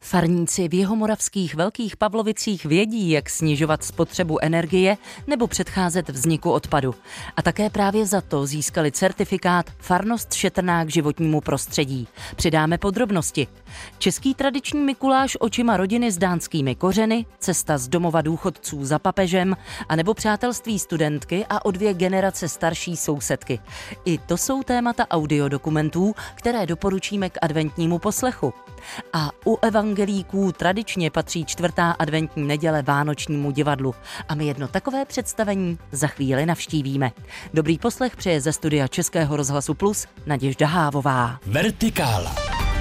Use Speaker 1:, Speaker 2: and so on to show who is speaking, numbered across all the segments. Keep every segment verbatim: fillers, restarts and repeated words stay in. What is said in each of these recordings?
Speaker 1: Farníci v jihomoravských Velkých Pavlovicích vědí, jak snižovat spotřebu energie nebo předcházet vzniku odpadu. A také právě za to získali certifikát Farnost šetrná k životnímu prostředí. Přidáme podrobnosti. Český tradiční Mikuláš očima rodiny s dánskými kořeny, cesta z domova důchodců za papežem a nebo přátelství studentky a o dvě generace starší sousedky. I to jsou témata audiodokumentů, které doporučíme k adventnímu poslechu. A u evangelíků tradičně patří čtvrtá adventní neděle Vánočnímu divadlu. A my jedno takové představení za chvíli navštívíme. Dobrý poslech přeje ze studia Českého rozhlasu Plus Naděžda Hávová.
Speaker 2: Vertikála.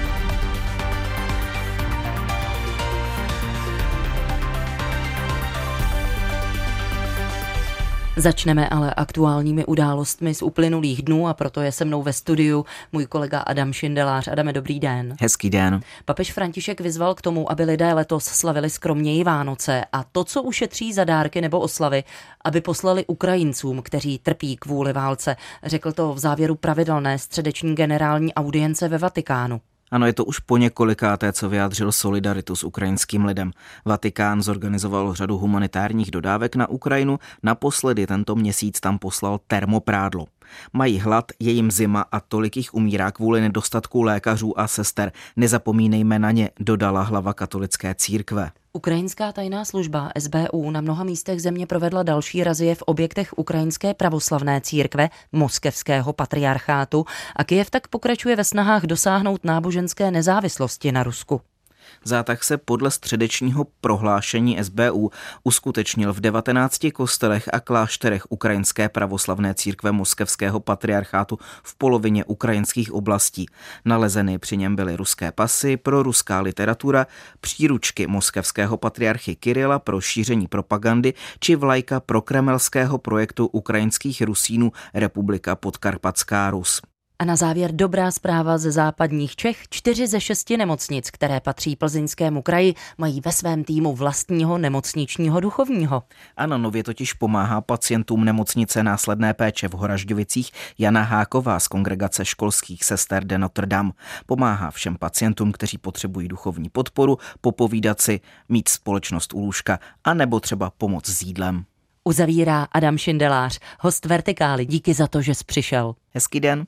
Speaker 1: Začneme ale aktuálními událostmi z uplynulých dnů a proto je se mnou ve studiu můj kolega Adam Šindelář. Adame, dobrý den.
Speaker 3: Hezký den.
Speaker 1: Papež František vyzval k tomu, aby lidé letos slavili skromněji Vánoce a to, co ušetří za dárky nebo oslavy, aby poslali Ukrajincům, kteří trpí kvůli válce. Řekl to v závěru pravidelné středeční generální audience ve Vatikánu.
Speaker 3: Ano, je to už po několikáté, co vyjádřil solidaritu s ukrajinským lidem. Vatikán zorganizoval řadu humanitárních dodávek na Ukrajinu, naposledy tento měsíc tam poslal termoprádlo. Mají hlad, je jim zima a tolik jich umírá kvůli nedostatku lékařů a sester. Nezapomínejme na ně, dodala hlava katolické církve.
Speaker 1: Ukrajinská tajná služba S B U na mnoha místech země provedla další razie v objektech ukrajinské pravoslavné církve, moskevského patriarchátu a Kyjev tak pokračuje ve snahách dosáhnout náboženské nezávislosti na Rusku.
Speaker 3: Zátah se podle středečního prohlášení S B U uskutečnil v devatenácti kostelech a klášterech ukrajinské pravoslavné církve moskevského patriarchátu v polovině ukrajinských oblastí. Nalezeny při něm byly ruské pasy, proruská literatura, příručky moskevského patriarchy Kirila pro šíření propagandy či vlajka prokremelského projektu ukrajinských Rusínů Republika Podkarpatská Rus.
Speaker 1: A na závěr dobrá zpráva ze západních Čech. Čtyři ze šesti nemocnic, které patří Plzeňskému kraji, mají ve svém týmu vlastního nemocničního duchovního.
Speaker 3: Ano, nově totiž pomáhá pacientům nemocnice následné péče v Horažďovicích Jana Háková z kongregace školských sester de Notre Dame. Pomáhá všem pacientům, kteří potřebují duchovní podporu, popovídat si, mít společnost u lůžka a nebo třeba pomoc s jídlem.
Speaker 1: Uzavírá Adam Šindelář, host Vertikály. Díky za to, že jsi přišel.
Speaker 3: Hezký den.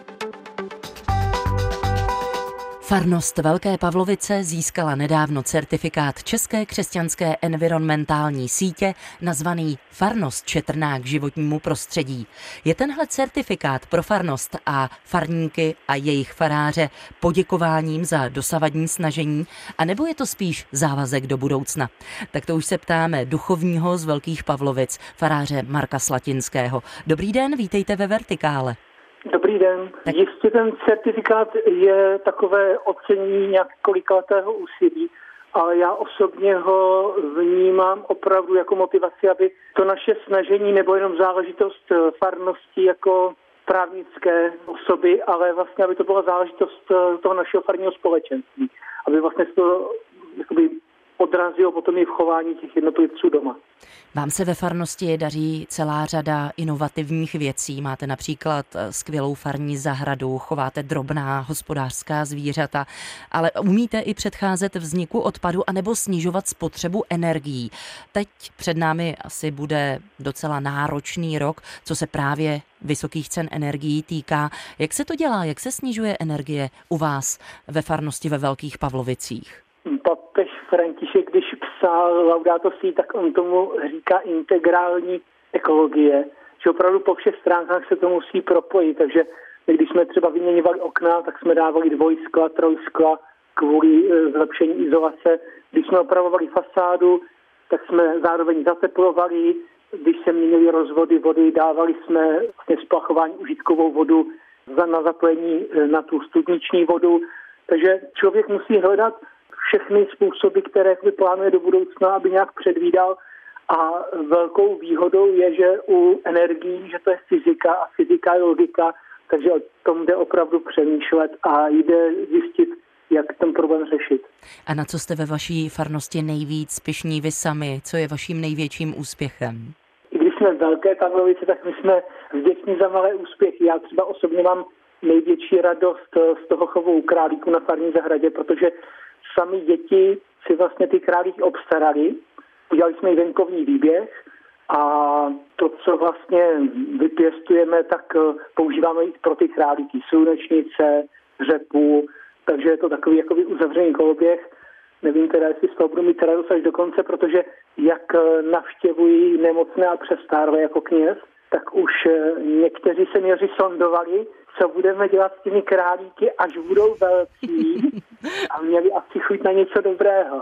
Speaker 1: Farnost Velké Pavlovice získala nedávno certifikát České křesťanské environmentální sítě nazvaný Farnost šetrná k životnímu prostředí. Je tenhle certifikát pro farnost a farníky a jejich faráře poděkováním za dosavadní snažení, anebo je to spíš závazek do budoucna? Tak to už se ptáme duchovního z Velkých Pavlovic, faráře Marka Slatinského. Dobrý den, vítejte ve Vertikále.
Speaker 4: Dobrý den. Jistě ten certifikát je takové ocenění několikletého úsilí, ale já osobně ho vnímám opravdu jako motivaci, aby to naše snažení nebo jenom záležitost farnosti jako právnické osoby, ale vlastně, aby to byla záležitost toho našeho farního společenství. Aby vlastně to jakoby odrazilo potom i v chování těch jednotlivců doma.
Speaker 1: Vám se ve farnosti daří celá řada inovativních věcí. Máte například skvělou farní zahradu, chováte drobná hospodářská zvířata, ale umíte i předcházet vzniku odpadu anebo snižovat spotřebu energií. Teď před námi asi bude docela náročný rok, co se právě vysokých cen energií týká. Jak se to dělá? Jak se snižuje energie u vás ve farnosti ve Velkých Pavlovicích?
Speaker 4: Papež František, když psal Laudato Si, tak on tomu říká integrální ekologie, že opravdu po všech stránkách se to musí propojit, takže když jsme třeba vyměňovali okna, tak jsme dávali dvojskla, trojskla kvůli zlepšení izolace. Když jsme opravovali fasádu, tak jsme zároveň zateplovali. Když se měnily rozvody vody, dávali jsme vlastně splachování užitkovou vodu na zapojení na tu studniční vodu. Takže člověk musí hledat všechny způsoby, které plánuje do budoucna, aby nějak předvídal. A velkou výhodou je, že u energií, že to je fyzika a fyzika je logika, takže o tom jde opravdu přemýšlet a jde zjistit, jak ten problém řešit.
Speaker 1: A na co jste ve vaší farnosti nejvíc pyšní vy sami? Co je vaším největším úspěchem?
Speaker 4: I když jsme Velké Pavlovice, tak my jsme vděční za malé úspěchy. Já třeba osobně mám největší radost z toho chovu králíku na farní zahradě, protože sami děti si vlastně ty králíky obstarali. Udělali jsme i venkovní výběh a to, co vlastně vypěstujeme, tak používáme i pro ty králíky. Slunečnice, řepu, takže je to takový jakoby uzavřený koloběh. Nevím teda, jestli z toho budu mít radost až do konce, protože jak navštěvují nemocné a přestárlé jako kněz, tak už někteří seniori sondovali, co budeme dělat s těmi králíky, až budou velcí a měli asi chuť na něco dobrého.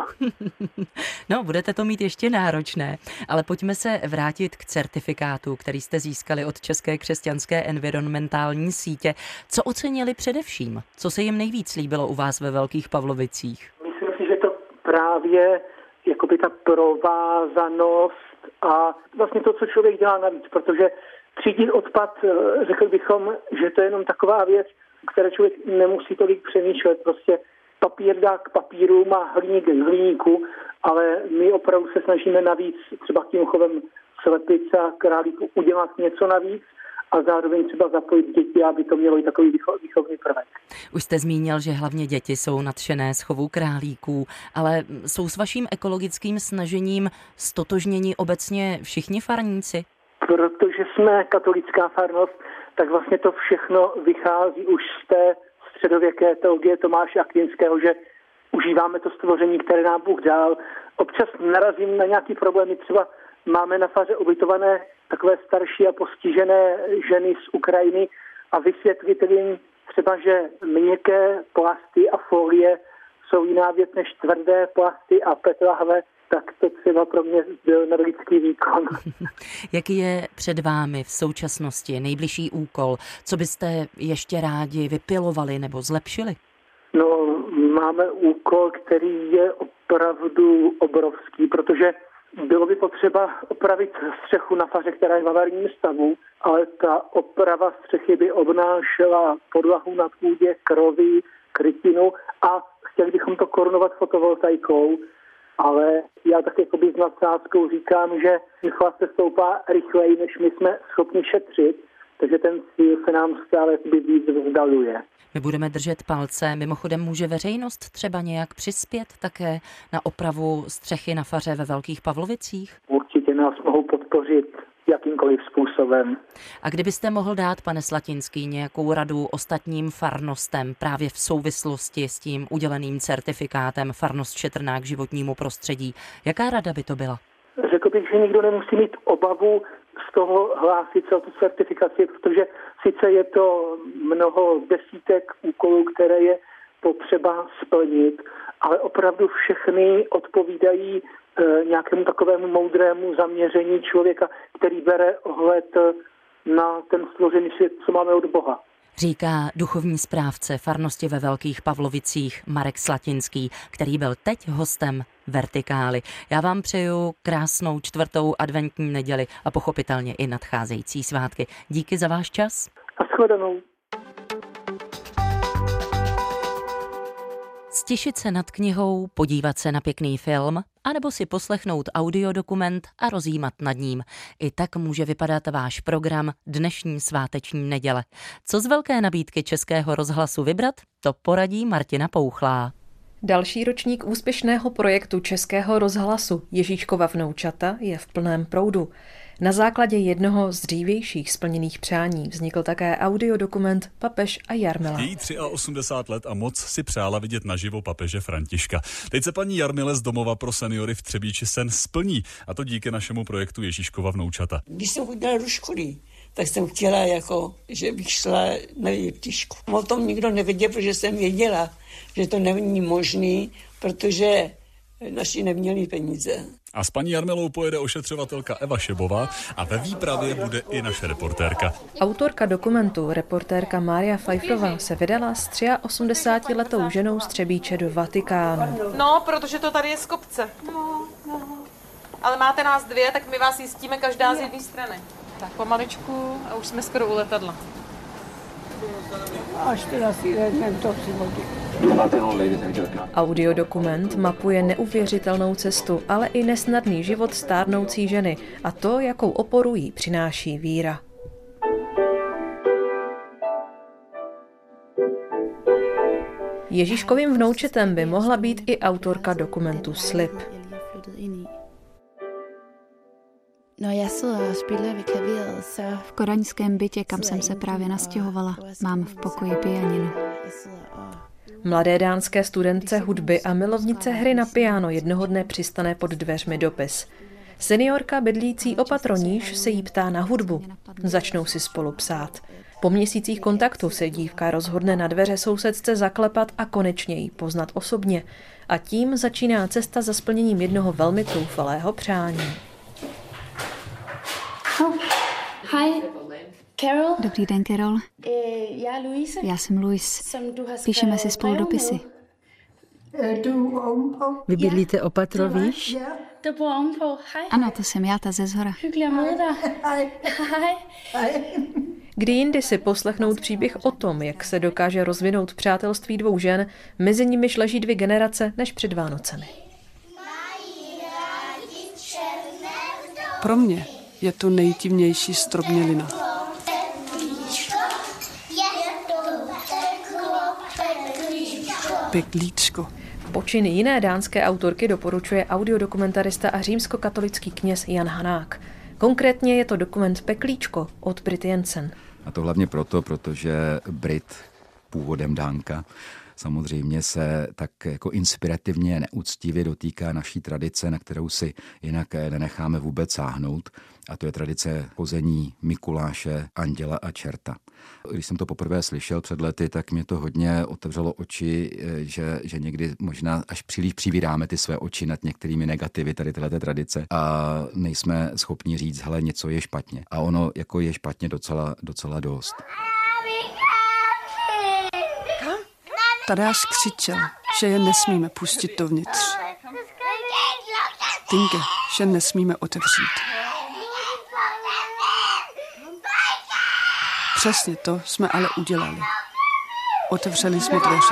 Speaker 1: No, budete to mít ještě náročné, ale pojďme se vrátit k certifikátu, který jste získali od České křesťanské environmentální sítě. Co ocenili především? Co se jim nejvíc líbilo u vás ve Velkých Pavlovicích?
Speaker 4: Myslím si, že to právě jakoby ta provázanost a vlastně to, co člověk dělá navíc, protože třídit odpad, řekl bychom, že to je jenom taková věc, o které člověk nemusí tolik přemýšlet. Prostě papír dá k papíru, má hliník k hliníku, ale my opravdu se snažíme navíc třeba tím chovem slepic a králíků udělat něco navíc a zároveň třeba zapojit děti, aby to mělo i takový výchovný prvek.
Speaker 1: Už jste zmínil, že hlavně děti jsou nadšené z chovu králíků, ale jsou s vaším ekologickým snažením stotožněni obecně všichni farníci?
Speaker 4: Protože jsme katolická farnost, tak vlastně to všechno vychází už z té středověké teologie Tomáše Akvinského, že užíváme to stvoření, které nám Bůh dal. Občas narazím na nějaký problémy, třeba máme na faře ubytované takové starší a postižené ženy z Ukrajiny a vysvětlit jim třeba, že měkké plasty a folie jsou jiná věc než tvrdé plasty a pé té lahve, tak to třeba pro mě byl nelidský výkon.
Speaker 1: Jaký je před vámi v současnosti nejbližší úkol? Co byste ještě rádi vypilovali nebo zlepšili?
Speaker 4: No, máme úkol, který je opravdu obrovský, protože bylo by potřeba opravit střechu na faře, která je v havarijním stavu, ale ta oprava střechy by obnášela podlahu na půdě, krovy, krytinu a chtěli bychom to korunovat fotovoltaikou, ale já tak jakoby s nadsázkou říkám, že inflace stoupá rychleji, než my jsme schopni šetřit, takže ten cíl se nám stále víc vzdaluje.
Speaker 1: My budeme držet palce. Mimochodem může veřejnost třeba nějak přispět také na opravu střechy na faře ve Velkých Pavlovicích?
Speaker 4: Určitě nás mohou podpořit jakýmkoliv způsobem.
Speaker 1: A kdybyste mohl dát, pane Slatinský, nějakou radu ostatním farnostem právě v souvislosti s tím uděleným certifikátem Farnost Šetrnák životnímu prostředí, jaká rada by to byla?
Speaker 4: Řekl bych, že nikdo nemusí mít obavu z toho hlásit se o tu certifikaci, protože sice je to mnoho desítek úkolů, které je potřeba splnit, ale opravdu všechny odpovídají e, nějakému takovému moudrému zaměření člověka, který bere ohled na ten stvořený svět, co máme od Boha.
Speaker 1: Říká duchovní správce farnosti ve Velkých Pavlovicích Marek Slatinský, který byl teď hostem Vertikály. Já vám přeju krásnou čtvrtou adventní neděli a pochopitelně i nadcházející svátky. Díky za váš čas.
Speaker 4: A shledanou.
Speaker 1: Stěšit se nad knihou, podívat se na pěkný film, anebo si poslechnout audiodokument a rozjímat nad ním. I tak může vypadat váš program dnešní sváteční neděle. Co z velké nabídky Českého rozhlasu vybrat, to poradí Martina Pouchlá.
Speaker 2: Další ročník úspěšného projektu Českého rozhlasu Ježíškova vnoučata je v plném proudu. Na základě jednoho z dřívějších splněných přání vznikl také audiodokument Papež a Jarmila.
Speaker 5: Její osmdesát tři let a moc si přála vidět naživo papeže Františka. Teď se paní Jarmile z Domova pro seniory v Třebíči sen splní, a to díky našemu projektu Ježíškova vnoučata.
Speaker 6: Když jsem chodila do školy, tak jsem chtěla, jako, že bych šla na jeptišku. O tom nikdo nevěděl, protože jsem věděla, že to není možný, protože naši neměli peníze.
Speaker 5: A s paní Jarmilou pojede ošetřovatelka Eva Šebová a ve výpravě bude i naše reportérka.
Speaker 2: Autorka dokumentu, reportérka Mária Pfeifferová, se vydala s osmdesátiletou ženou z Třebíče do Vatikánu.
Speaker 7: No, protože to tady je z kopce. No, no. Ale máte nás dvě, tak my vás jistíme každá z jedné strany. Tak pomaličku a už jsme skoro u letadla.
Speaker 6: Až teda si vezmeme to při vodě.
Speaker 2: Audiodokument mapuje neuvěřitelnou cestu, ale i nesnadný život stárnoucí ženy a to, jakou oporu jí přináší víra. Ježíškovým vnoučetem by mohla být i autorka dokumentu Slib.
Speaker 8: Når jeg sidder og spiller ved klaveret, så... V kodaňském bytě, kam jsem se právě nastěhovala, mám v pokoji pianino.
Speaker 2: Mladé dánské studentce hudby a milovnice hry na piano jednoho dne přistane pod dveřmi dopis. Seniorka bydlící opatroníž se jí ptá na hudbu. Začnou si spolu psát. Po měsících kontaktu se dívka rozhodne na dveře sousedce zaklepat a konečně jí poznat osobně. A tím začíná cesta za splněním jednoho velmi troufalého přání.
Speaker 8: Oh, hi, Carol. Dobrý den, Carol. Já jsem Louise. Píšeme si spolu dopisy.
Speaker 9: Vy bydlíte opatrovíš?
Speaker 8: Ano, to jsem já, ta ze zhora.
Speaker 2: Kdy jindy si poslechnout příběh o tom, jak se dokáže rozvinout přátelství dvou žen, mezi nimiž leží dvě generace než před Vánocemi.
Speaker 10: Pro mě je to nejdivnější stropnělina. Peklíčko.
Speaker 2: Počiny jiné dánské autorky doporučuje audiodokumentarista a římskokatolický kněz Jan Hanák. Konkrétně je to dokument Peklíčko od Brit Jensen.
Speaker 11: A to hlavně proto, protože Brit, původem Dánka, samozřejmě se tak jako inspirativně, neúctivě dotýká naší tradice, na kterou si jinak nenecháme vůbec sáhnout. A to je tradice chození Mikuláše, anděla a čerta. Když jsem to poprvé slyšel před lety, tak mě to hodně otevřelo oči, že, že někdy možná až příliš přivíráme ty své oči nad některými negativy tady téhleté tradice a nejsme schopni říct, hele, něco je špatně. A ono jako je špatně docela, docela dost.
Speaker 10: Tadeáš křičel, že je nesmíme pustit dovnitř. Tinke, že nesmíme otevřít. Přesně to jsme ale udělali. Otevřeli jsme dveře.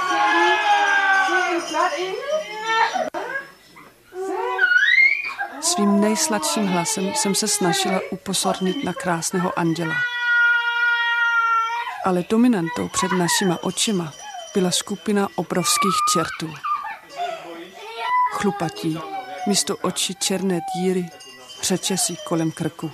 Speaker 10: Svým nejsladším hlasem jsem se snažila upozornit na krásného anděla. Ale dominantou před našima očima byla skupina obrovských čertů. Chlupatí, místo očí černé díry, řečesí kolem krku.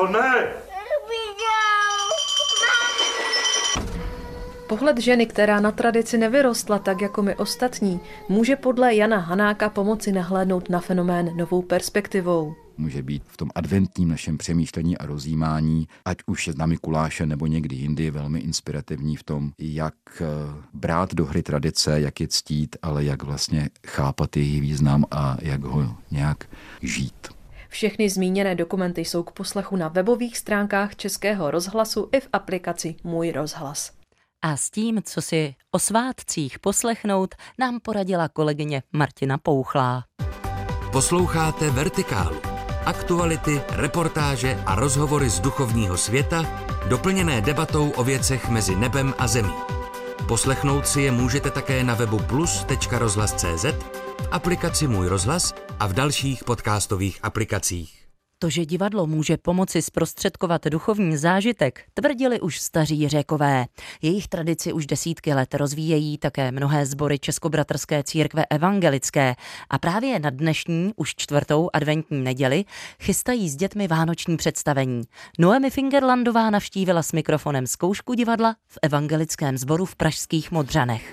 Speaker 2: Pohled ženy, která na tradici nevyrostla tak jako my ostatní, může podle Jana Hanáka pomoci nahlédnout na fenomén novou perspektivou.
Speaker 11: Může být v tom adventním našem přemýšlení a rozjímání, ať už na Mikuláše nebo někdy jindy, velmi inspirativní v tom, jak brát do hry tradice, jak je ctít, ale jak vlastně chápat její význam a jak ho nějak žít.
Speaker 2: Všechny zmíněné dokumenty jsou k poslechu na webových stránkách Českého rozhlasu i v aplikaci Můj rozhlas.
Speaker 1: A s tím, co si o svátcích poslechnout, nám poradila kolegyně Martina Pouchlá.
Speaker 12: Posloucháte Vertikálu. Aktuality, reportáže a rozhovory z duchovního světa, doplněné debatou o věcech mezi nebem a zemí. Poslechnout si je můžete také na webu plus tečka rozhlas tečka cé zet, v aplikaci Můj rozhlas a v dalších podcastových aplikacích.
Speaker 1: To, že divadlo může pomoci zprostředkovat duchovní zážitek, tvrdili už staří Řekové. Jejich tradici už desítky let rozvíjejí také mnohé sbory Českobratrské církve evangelické a právě na dnešní, už čtvrtou adventní neděli, chystají s dětmi vánoční představení. Noemi Fingerlandová navštívila s mikrofonem zkoušku divadla v evangelickém sboru v pražských Modřanech.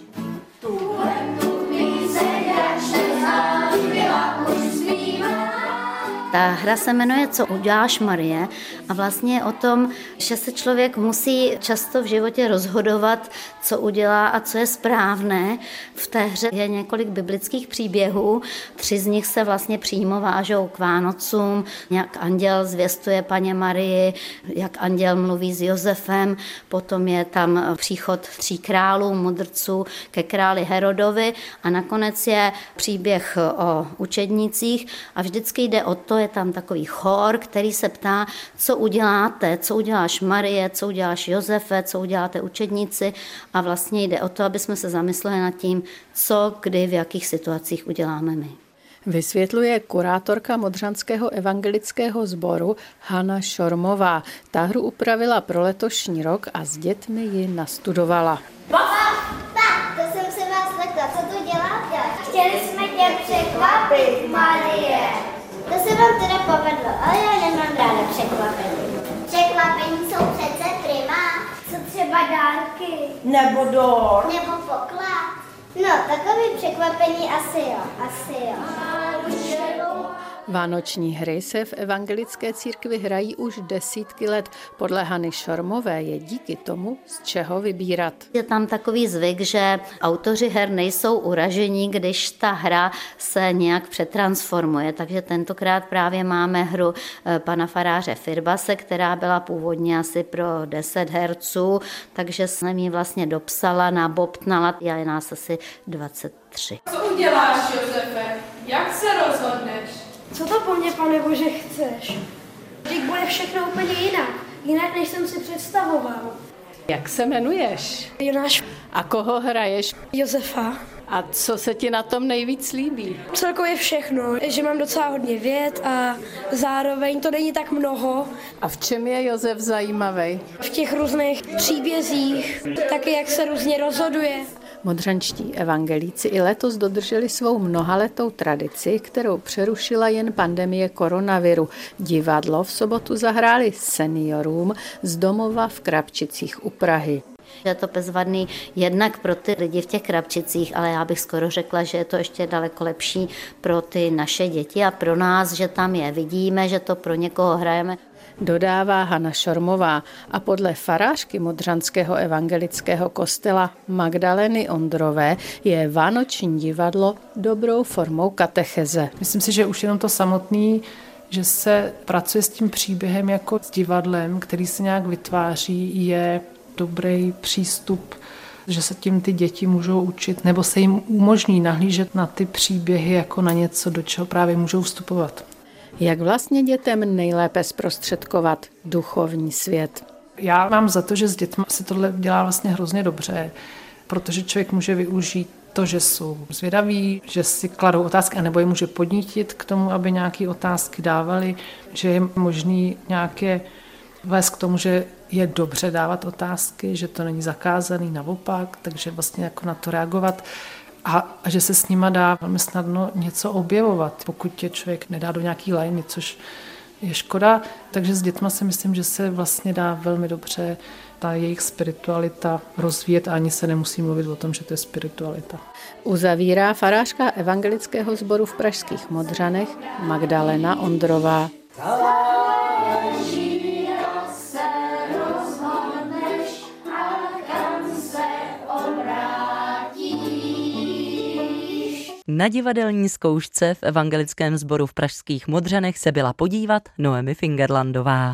Speaker 13: Ta hra se jmenuje Co uděláš, Marie, a vlastně je o tom, že se člověk musí často v životě rozhodovat, co udělá a co je správné. V té hře je několik biblických příběhů, tři z nich se vlastně přímo vážou k Vánocům, jak anděl zvěstuje Panně Marii, jak anděl mluví s Josefem, potom je tam příchod tří králů, mudrců ke králi Herodovi a nakonec je příběh o učednících a vždycky jde o to, je tam takový chór, který se ptá, co uděláte, co uděláš Marie, co uděláš Josefe, co uděláte učedníci a vlastně jde o to, aby jsme se zamysleli nad tím, co, kdy, v jakých situacích uděláme my.
Speaker 9: Vysvětluje kurátorka Modřanského evangelického sboru Hana Šormová. Ta hru upravila pro letošní rok a s dětmi ji nastudovala.
Speaker 14: Papa, to se mě překvapit, Marie. To se vám teda povedlo, ale já nemám ráda překvapení. Překvapení jsou přece prima. Co třeba dárky?
Speaker 15: Nebo dor.
Speaker 14: Nebo poklad. No, takové překvapení asi jo, asi jo.
Speaker 9: Vánoční hry se v evangelické církvi hrají už desítky let. Podle Hany Šormové je díky tomu, z čeho vybírat.
Speaker 13: Je tam takový zvyk, že autoři her nejsou uražení, když ta hra se nějak přetransformuje. Takže tentokrát právě máme hru pana faráře Firbase, která byla původně asi pro deset herců, takže jsem ji vlastně dopsala, nabobtnala, je nás asi dvacet tři.
Speaker 16: Co uděláš, Josefe? Jak se rozhodneš?
Speaker 17: Co to po mně, Pane Bože, chceš? Vždyť bude všechno úplně jinak. Jinak, než jsem si představoval.
Speaker 9: Jak se jmenuješ?
Speaker 17: Jonáš.
Speaker 9: A koho hraješ?
Speaker 17: Josefa.
Speaker 9: A co se ti na tom nejvíc líbí?
Speaker 17: Celkově všechno, že mám docela hodně věd a zároveň to není tak mnoho.
Speaker 9: A v čem je Josef zajímavý?
Speaker 17: V těch různých příbězích, taky jak se různě rozhoduje.
Speaker 9: Modřanští evangelíci i letos dodrželi svou mnohaletou tradici, kterou přerušila jen pandemie koronaviru. Divadlo v sobotu zahráli seniorům z domova v Krapčicích u Prahy.
Speaker 13: Je to bezvadný jednak pro ty lidi v těch Krapčicích, ale já bych skoro řekla, že je to ještě daleko lepší pro ty naše děti a pro nás, že tam je vidíme, že to pro někoho hrajeme.
Speaker 9: Dodává Hana Šormová a podle farářky Modřanského evangelického kostela Magdaleny Ondrové je vánoční divadlo dobrou formou katecheze.
Speaker 18: Myslím si, že už jenom to samotný, že se pracuje s tím příběhem jako s divadlem, který se nějak vytváří, je dobrý přístup, že se tím ty děti můžou učit, nebo se jim umožní nahlížet na ty příběhy jako na něco, do čeho právě můžou vstupovat.
Speaker 9: Jak vlastně dětem nejlépe zprostředkovat duchovní svět?
Speaker 18: Já mám za to, že s dětmi se tohle dělá vlastně hrozně dobře, protože člověk může využít to, že jsou zvědaví, že si kladou otázky, anebo je může podnítit k tomu, aby nějaké otázky dávali, že je možný nějaké vést k tomu, že je dobře dávat otázky, že to není zakázaný, naopak, takže vlastně jako na to reagovat. A, a že se s nima dá velmi snadno něco objevovat, pokud tě člověk nedá do nějaký lajny, což je škoda. Takže s dětma si myslím, že se vlastně dá velmi dobře ta jejich spiritualita rozvíjet a ani se nemusí mluvit o tom, že to je spiritualita.
Speaker 9: Uzavírá farářka evangelického sboru v pražských Modřanech Magdalena Ondrová.
Speaker 1: Na divadelní zkoušce v evangelickém sboru v pražských Modřanech se byla podívat Noemi Fingerlandová.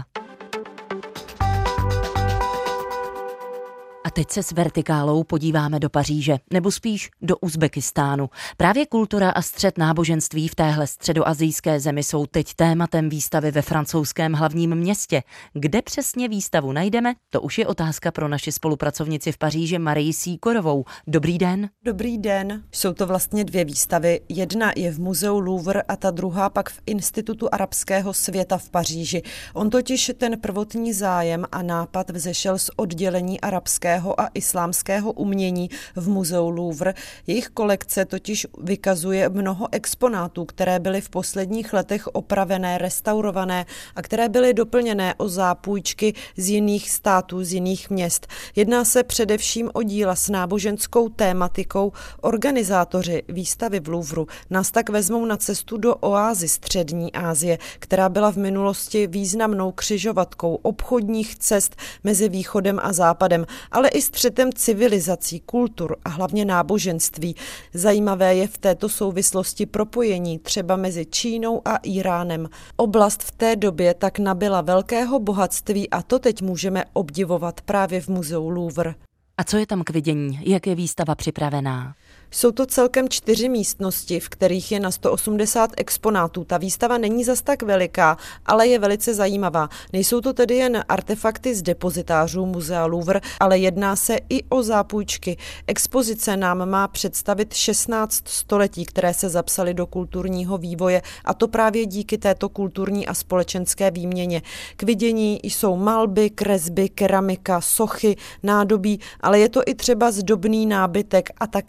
Speaker 1: A teď se s Vertikálou podíváme do Paříže, nebo spíš do Uzbekistánu. Právě kultura a střet náboženství v téhle středoasijské zemi jsou teď tématem výstavy ve francouzském hlavním městě. Kde přesně výstavu najdeme, to už je otázka pro naši spolupracovnici v Paříži Marii Sýkorovou. Dobrý den.
Speaker 19: Dobrý den. Jsou to vlastně dvě výstavy. Jedna je v muzeu Louvre a ta druhá pak v Institutu arabského světa v Paříži. On totiž ten prvotní zájem a nápad vzešel z oddělení arabského a islámského umění v muzeu Louvre. Jejich kolekce totiž vykazuje mnoho exponátů, které byly v posledních letech opravené, restaurované a které byly doplněné o zápůjčky z jiných států, z jiných měst. Jedná se především o díla s náboženskou tématikou. Organizátoři výstavy v Louvru nás tak vezmou na cestu do oázy Střední Asie, která byla v minulosti významnou křižovatkou obchodních cest mezi východem a západem, ale i střetem civilizací, kultur a hlavně náboženství. Zajímavé je v této souvislosti propojení třeba mezi Čínou a Íránem. Oblast v té době tak nabyla velkého bohatství a to teď můžeme obdivovat právě v muzeu Louvre.
Speaker 1: A co je tam k vidění? Jak je výstava připravená?
Speaker 19: Jsou to celkem čtyři místnosti, v kterých je na sto osmdesát exponátů. Ta výstava není zas tak veliká, ale je velice zajímavá. Nejsou to tedy jen artefakty z depozitářů muzea Louvre, ale jedná se i o zápůjčky. Expozice nám má představit šestnáct století, které se zapsaly do kulturního vývoje, a to právě díky této kulturní a společenské výměně. K vidění jsou malby, kresby, keramika, sochy, nádobí, ale je to i třeba zdobný nábytek a také dveře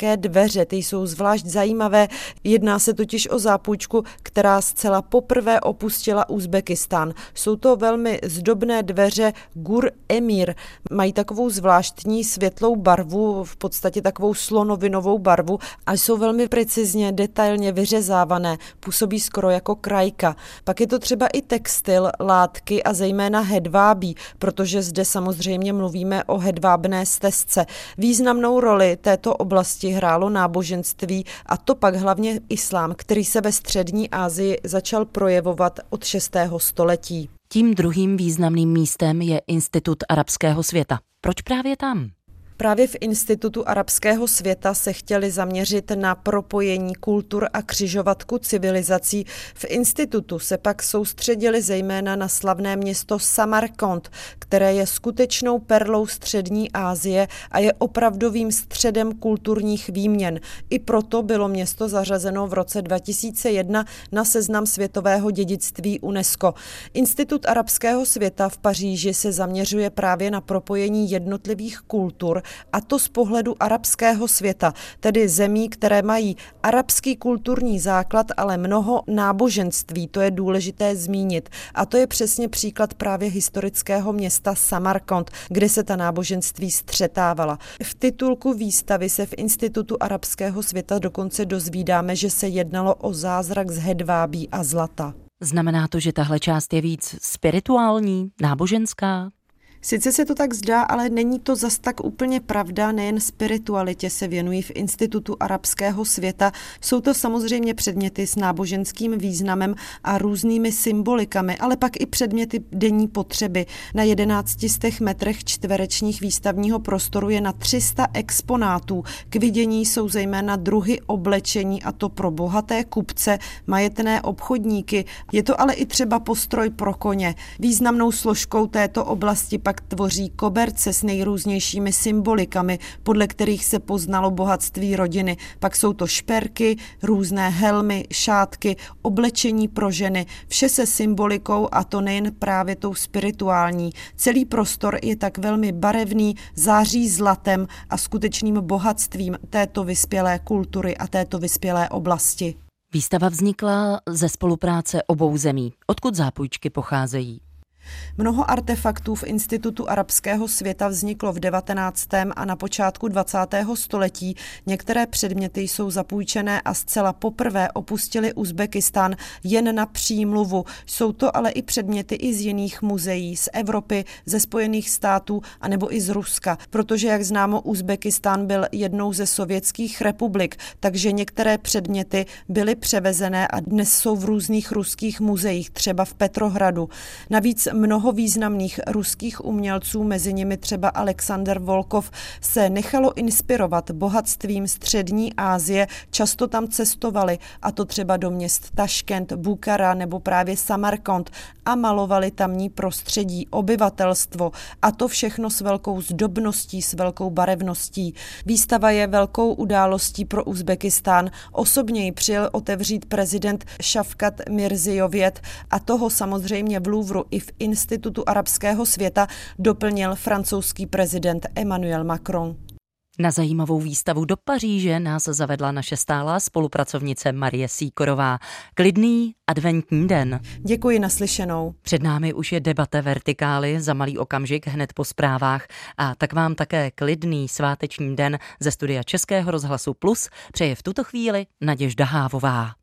Speaker 19: dveře, ty jsou zvlášť zajímavé. Jedná se totiž o zápůjčku, která zcela poprvé opustila Uzbekistán. Jsou to velmi zdobné dveře Gur Emir. Mají takovou zvláštní světlou barvu, v podstatě takovou slonovinovou barvu a jsou velmi precizně, detailně vyřezávané. Působí skoro jako krajka. Pak je to třeba i textil, látky a zejména hedvábí, protože zde samozřejmě mluvíme o hedvábné stezce. Významnou roli této oblasti hrálo náboženství a to pak hlavně islám, který se ve střední Asii začal projevovat od šestého století.
Speaker 1: Tím druhým významným místem je Institut arabského světa. Proč právě tam?
Speaker 19: Právě v Institutu arabského světa se chtěli zaměřit na propojení kultur a křižovatku civilizací. V institutu se pak soustředili zejména na slavné město Samarkand, které je skutečnou perlou střední Asie a je opravdovým středem kulturních výměn. I proto bylo město zařazeno v roce dva tisíce jedna na seznam světového dědictví UNESCO. Institut arabského světa v Paříži se zaměřuje právě na propojení jednotlivých kultur, a to z pohledu arabského světa, tedy zemí, které mají arabský kulturní základ, ale mnoho náboženství, to je důležité zmínit. A to je přesně příklad právě historického města Samarkand, kde se ta náboženství střetávala. V titulku výstavy se v Institutu arabského světa dokonce dozvídáme, že se jednalo o zázrak z hedvábí a zlata.
Speaker 1: Znamená to, že tahle část je víc spirituální, náboženská?
Speaker 19: Sice se to tak zdá, ale není to zas tak úplně pravda, nejen spiritualitě se věnují v Institutu arabského světa. Jsou to samozřejmě předměty s náboženským významem a různými symbolikami, ale pak i předměty denní potřeby. Na jedenácti stech metrech čtverečních výstavního prostoru je na tři sta exponátů. K vidění jsou zejména druhy oblečení, a to pro bohaté kupce, majetné obchodníky. Je to ale i třeba postroj pro koně. Významnou složkou této oblasti pak tvoří koberce s nejrůznějšími symbolikami, podle kterých se poznalo bohatství rodiny. Pak jsou to šperky, různé helmy, šátky, oblečení pro ženy, vše se symbolikou a to nejen právě tou spirituální. Celý prostor je tak velmi barevný, září zlatem a skutečným bohatstvím této vyspělé kultury a této vyspělé oblasti.
Speaker 1: Výstava vznikla ze spolupráce obou zemí. Odkud zápůjčky pocházejí?
Speaker 19: Mnoho artefaktů v Institutu arabského světa vzniklo v devatenáctém a na počátku dvacátého století. Některé předměty jsou zapůjčené a zcela poprvé opustili Uzbekistán jen na přímluvu. Jsou to ale i předměty i z jiných muzeí, z Evropy, ze Spojených států a nebo i z Ruska, protože, jak známo, Uzbekistán byl jednou ze sovětských republik, takže některé předměty byly převezené a dnes jsou v různých ruských muzeích, třeba v Petrohradu. Navíc mnoho významných ruských umělců, mezi nimi třeba Alexander Volkov, se nechalo inspirovat bohatstvím střední Asie, často tam cestovali, a to třeba do měst Taškent, Bukhara nebo právě Samarkand a malovali tamní prostředí, obyvatelstvo, a to všechno s velkou zdobností, s velkou barevností. Výstava je velkou událostí pro Uzbekistán. Osobně ji přijel otevřít prezident Šavkat Mirzijovět a toho samozřejmě v Louvru i v Institutu arabského světa doplnil francouzský prezident Emmanuel Macron.
Speaker 1: Na zajímavou výstavu do Paříže nás zavedla naše stálá spolupracovnice Marie Sýkorová. Klidný adventní den.
Speaker 19: Děkuji, naslyšenou.
Speaker 1: Před námi už je debata Vertikály za malý okamžik hned po zprávách a tak vám také klidný sváteční den ze studia Českého rozhlasu Plus přeje v tuto chvíli Naděžda Hávová.